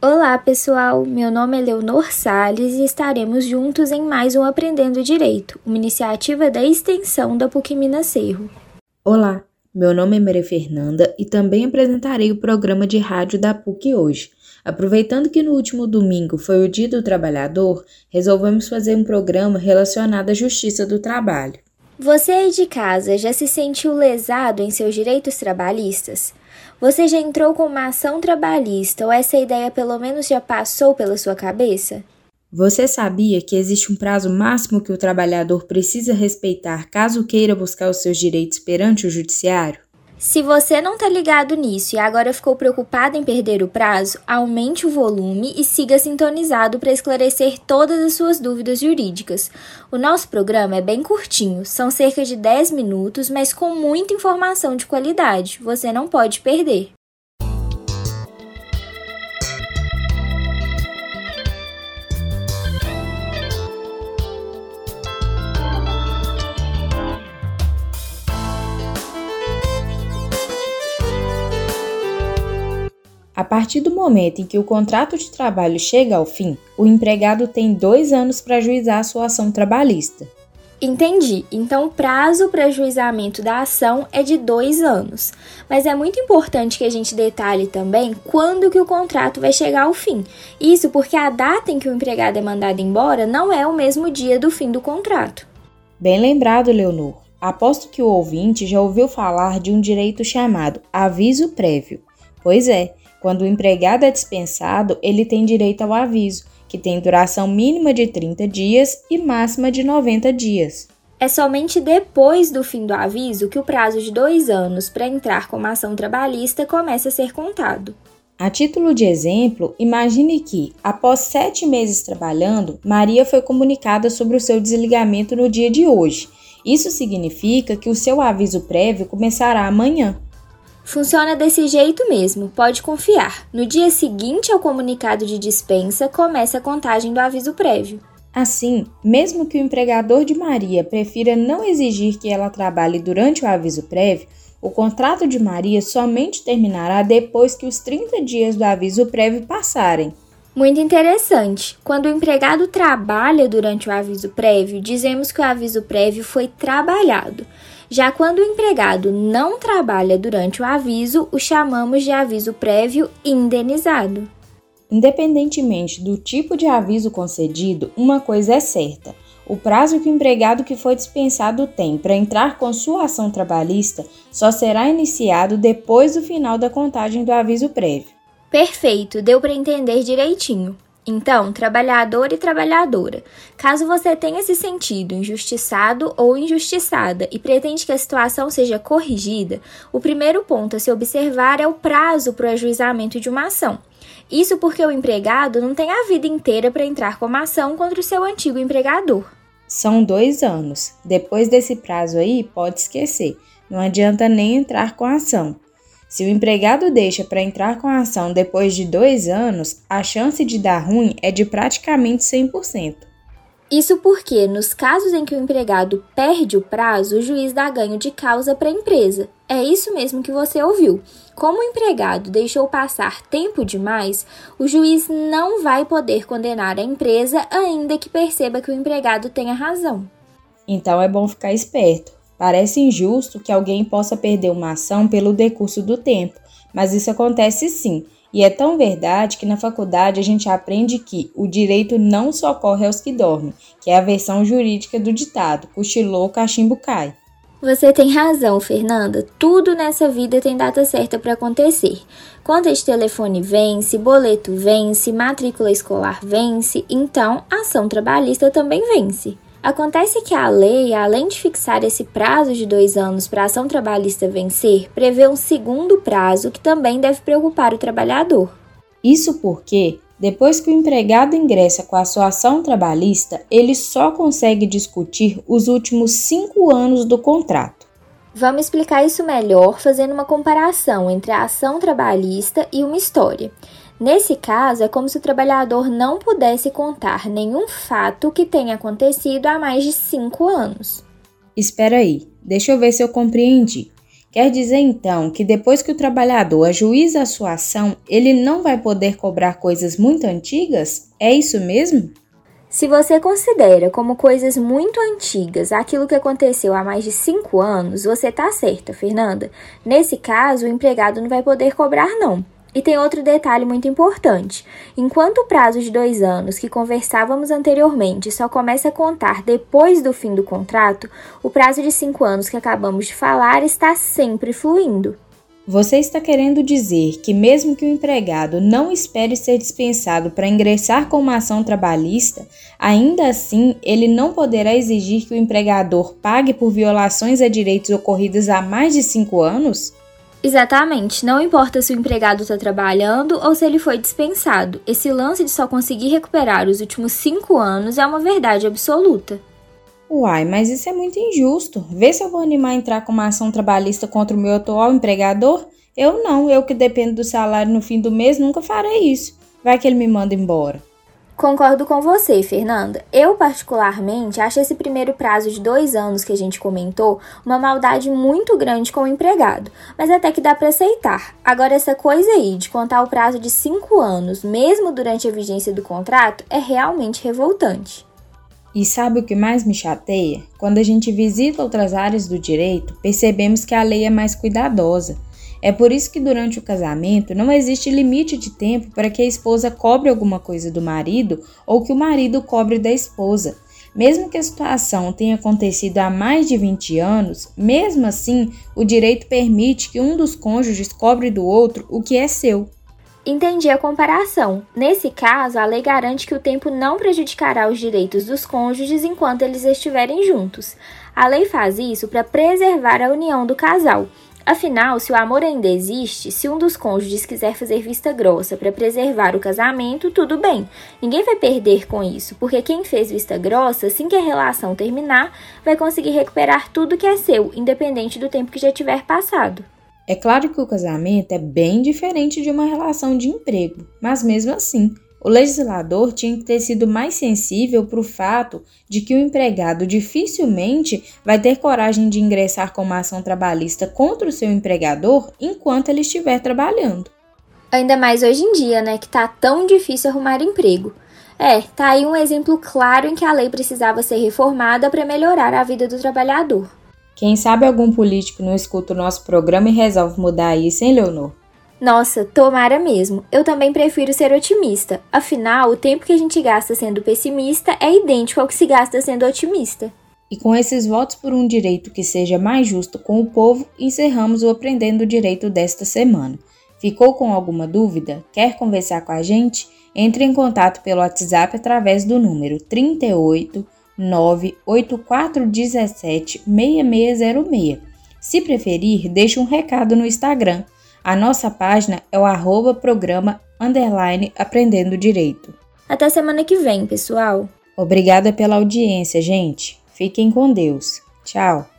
Olá, pessoal! Meu nome é Leonor Salles e estaremos juntos em mais um Aprendendo Direito, uma iniciativa da extensão da PUC Minas Cerro. Olá, meu nome é Maria Fernanda e também apresentarei o programa de rádio da PUC hoje. Aproveitando que no último domingo foi o Dia do Trabalhador, resolvemos fazer um programa relacionado à Justiça do Trabalho. Você aí de casa já se sentiu lesado em seus direitos trabalhistas? Você já entrou com uma ação trabalhista ou essa ideia pelo menos já passou pela sua cabeça? Você sabia que existe um prazo máximo que o trabalhador precisa respeitar caso queira buscar os seus direitos perante o judiciário? Se você não está ligado nisso e agora ficou preocupado em perder o prazo, aumente o volume e siga sintonizado para esclarecer todas as suas dúvidas jurídicas. O nosso programa é bem curtinho, são cerca de 10 minutos, mas com muita informação de qualidade. Você não pode perder. A partir do momento em que o contrato de trabalho chega ao fim, o empregado tem 2 anos para ajuizar a sua ação trabalhista. Entendi. Então, o prazo para ajuizamento da ação é de 2 anos. Mas é muito importante que a gente detalhe também quando que o contrato vai chegar ao fim. Isso porque a data em que o empregado é mandado embora não é o mesmo dia do fim do contrato. Bem lembrado, Leonor. Aposto que o ouvinte já ouviu falar de um direito chamado aviso prévio. Pois é. Quando o empregado é dispensado, ele tem direito ao aviso, que tem duração mínima de 30 dias e máxima de 90 dias. É somente depois do fim do aviso que o prazo de 2 anos para entrar com uma ação trabalhista começa a ser contado. A título de exemplo, imagine que, após 7 meses trabalhando, Maria foi comunicada sobre o seu desligamento no dia de hoje. Isso significa que o seu aviso prévio começará amanhã. Funciona desse jeito mesmo, pode confiar. No dia seguinte ao comunicado de dispensa, começa a contagem do aviso prévio. Assim, mesmo que o empregador de Maria prefira não exigir que ela trabalhe durante o aviso prévio, o contrato de Maria somente terminará depois que os 30 dias do aviso prévio passarem. Muito interessante. Quando o empregado trabalha durante o aviso prévio, dizemos que o aviso prévio foi trabalhado. Já quando o empregado não trabalha durante o aviso, o chamamos de aviso prévio indenizado. Independentemente do tipo de aviso concedido, uma coisa é certa: o prazo que o empregado que foi dispensado tem para entrar com sua ação trabalhista só será iniciado depois do final da contagem do aviso prévio. Perfeito, deu para entender direitinho. Então, trabalhador e trabalhadora, caso você tenha se sentido injustiçado ou injustiçada e pretende que a situação seja corrigida, o primeiro ponto a se observar é o prazo para o ajuizamento de uma ação. Isso porque o empregado não tem a vida inteira para entrar com uma ação contra o seu antigo empregador. São 2 anos. Depois desse prazo aí, pode esquecer. Não adianta nem entrar com a ação. Se o empregado deixa para entrar com a ação depois de 2 anos, a chance de dar ruim é de praticamente 100%. Isso porque, nos casos em que o empregado perde o prazo, o juiz dá ganho de causa para a empresa. É isso mesmo que você ouviu. Como o empregado deixou passar tempo demais, o juiz não vai poder condenar a empresa, ainda que perceba que o empregado tenha razão. Então é bom ficar esperto. Parece injusto que alguém possa perder uma ação pelo decurso do tempo, mas isso acontece sim. E é tão verdade que na faculdade a gente aprende que o direito não socorre aos que dormem, que é a versão jurídica do ditado: cochilou, cachimbo cai. Você tem razão, Fernanda. Tudo nessa vida tem data certa para acontecer. Conta de telefone vence, boleto vence, matrícula escolar vence, então a ação trabalhista também vence. Acontece que a lei, além de fixar esse prazo de 2 anos para a ação trabalhista vencer, prevê um segundo prazo que também deve preocupar o trabalhador. Isso porque, depois que o empregado ingressa com a sua ação trabalhista, ele só consegue discutir os últimos 5 anos do contrato. Vamos explicar isso melhor fazendo uma comparação entre a ação trabalhista e uma história. Nesse caso, é como se o trabalhador não pudesse contar nenhum fato que tenha acontecido há mais de 5 anos. Espera aí, deixa eu ver se eu compreendi. Quer dizer então que depois que o trabalhador ajuiza a sua ação, ele não vai poder cobrar coisas muito antigas? É isso mesmo? Se você considera como coisas muito antigas aquilo que aconteceu há mais de 5 anos, você está certa, Fernanda. Nesse caso, o empregado não vai poder cobrar, não. E tem outro detalhe muito importante. Enquanto o prazo de 2 anos que conversávamos anteriormente só começa a contar depois do fim do contrato, o prazo de 5 anos que acabamos de falar está sempre fluindo. Você está querendo dizer que mesmo que o empregado não espere ser dispensado para ingressar com uma ação trabalhista, ainda assim ele não poderá exigir que o empregador pague por violações a direitos ocorridas há mais de 5 anos? Exatamente, não importa se o empregado está trabalhando ou se ele foi dispensado. Esse lance de só conseguir recuperar os últimos 5 anos é uma verdade absoluta. Uai, mas isso é muito injusto. Vê se eu vou animar a entrar com uma ação trabalhista contra o meu atual empregador? Eu não, eu que dependo do salário no fim do mês nunca farei isso. Vai que ele me manda embora. Concordo com você, Fernanda. Eu, particularmente, acho esse primeiro prazo de 2 anos que a gente comentou uma maldade muito grande com o empregado, mas até que dá para aceitar. Agora, essa coisa aí de contar o prazo de 5 anos, mesmo durante a vigência do contrato, é realmente revoltante. E sabe o que mais me chateia? Quando a gente visita outras áreas do direito, percebemos que a lei é mais cuidadosa. É por isso que durante o casamento não existe limite de tempo para que a esposa cobre alguma coisa do marido ou que o marido cobre da esposa. Mesmo que a situação tenha acontecido há mais de 20 anos, mesmo assim, o direito permite que um dos cônjuges cobre do outro o que é seu. Entendi a comparação. Nesse caso, a lei garante que o tempo não prejudicará os direitos dos cônjuges enquanto eles estiverem juntos. A lei faz isso para preservar a união do casal. Afinal, se o amor ainda existe, se um dos cônjuges quiser fazer vista grossa para preservar o casamento, tudo bem. Ninguém vai perder com isso, porque quem fez vista grossa, assim que a relação terminar, vai conseguir recuperar tudo que é seu, independente do tempo que já tiver passado. É claro que o casamento é bem diferente de uma relação de emprego, mas mesmo assim, o legislador tinha que ter sido mais sensível para o fato de que o empregado dificilmente vai ter coragem de ingressar com uma ação trabalhista contra o seu empregador enquanto ele estiver trabalhando. Ainda mais hoje em dia, né, que tá tão difícil arrumar emprego. Tá aí um exemplo claro em que a lei precisava ser reformada para melhorar a vida do trabalhador. Quem sabe algum político não escuta o nosso programa e resolve mudar isso, hein, Leonor? Nossa, tomara mesmo. Eu também prefiro ser otimista. Afinal, o tempo que a gente gasta sendo pessimista é idêntico ao que se gasta sendo otimista. E com esses votos por um direito que seja mais justo com o povo, encerramos o Aprendendo Direito desta semana. Ficou com alguma dúvida? Quer conversar com a gente? Entre em contato pelo WhatsApp através do número 38 98417 6606. Se preferir, deixe um recado no Instagram. A nossa página é o @programa_Aprendendo Direito. Até semana que vem, pessoal. Obrigada pela audiência, gente. Fiquem com Deus. Tchau.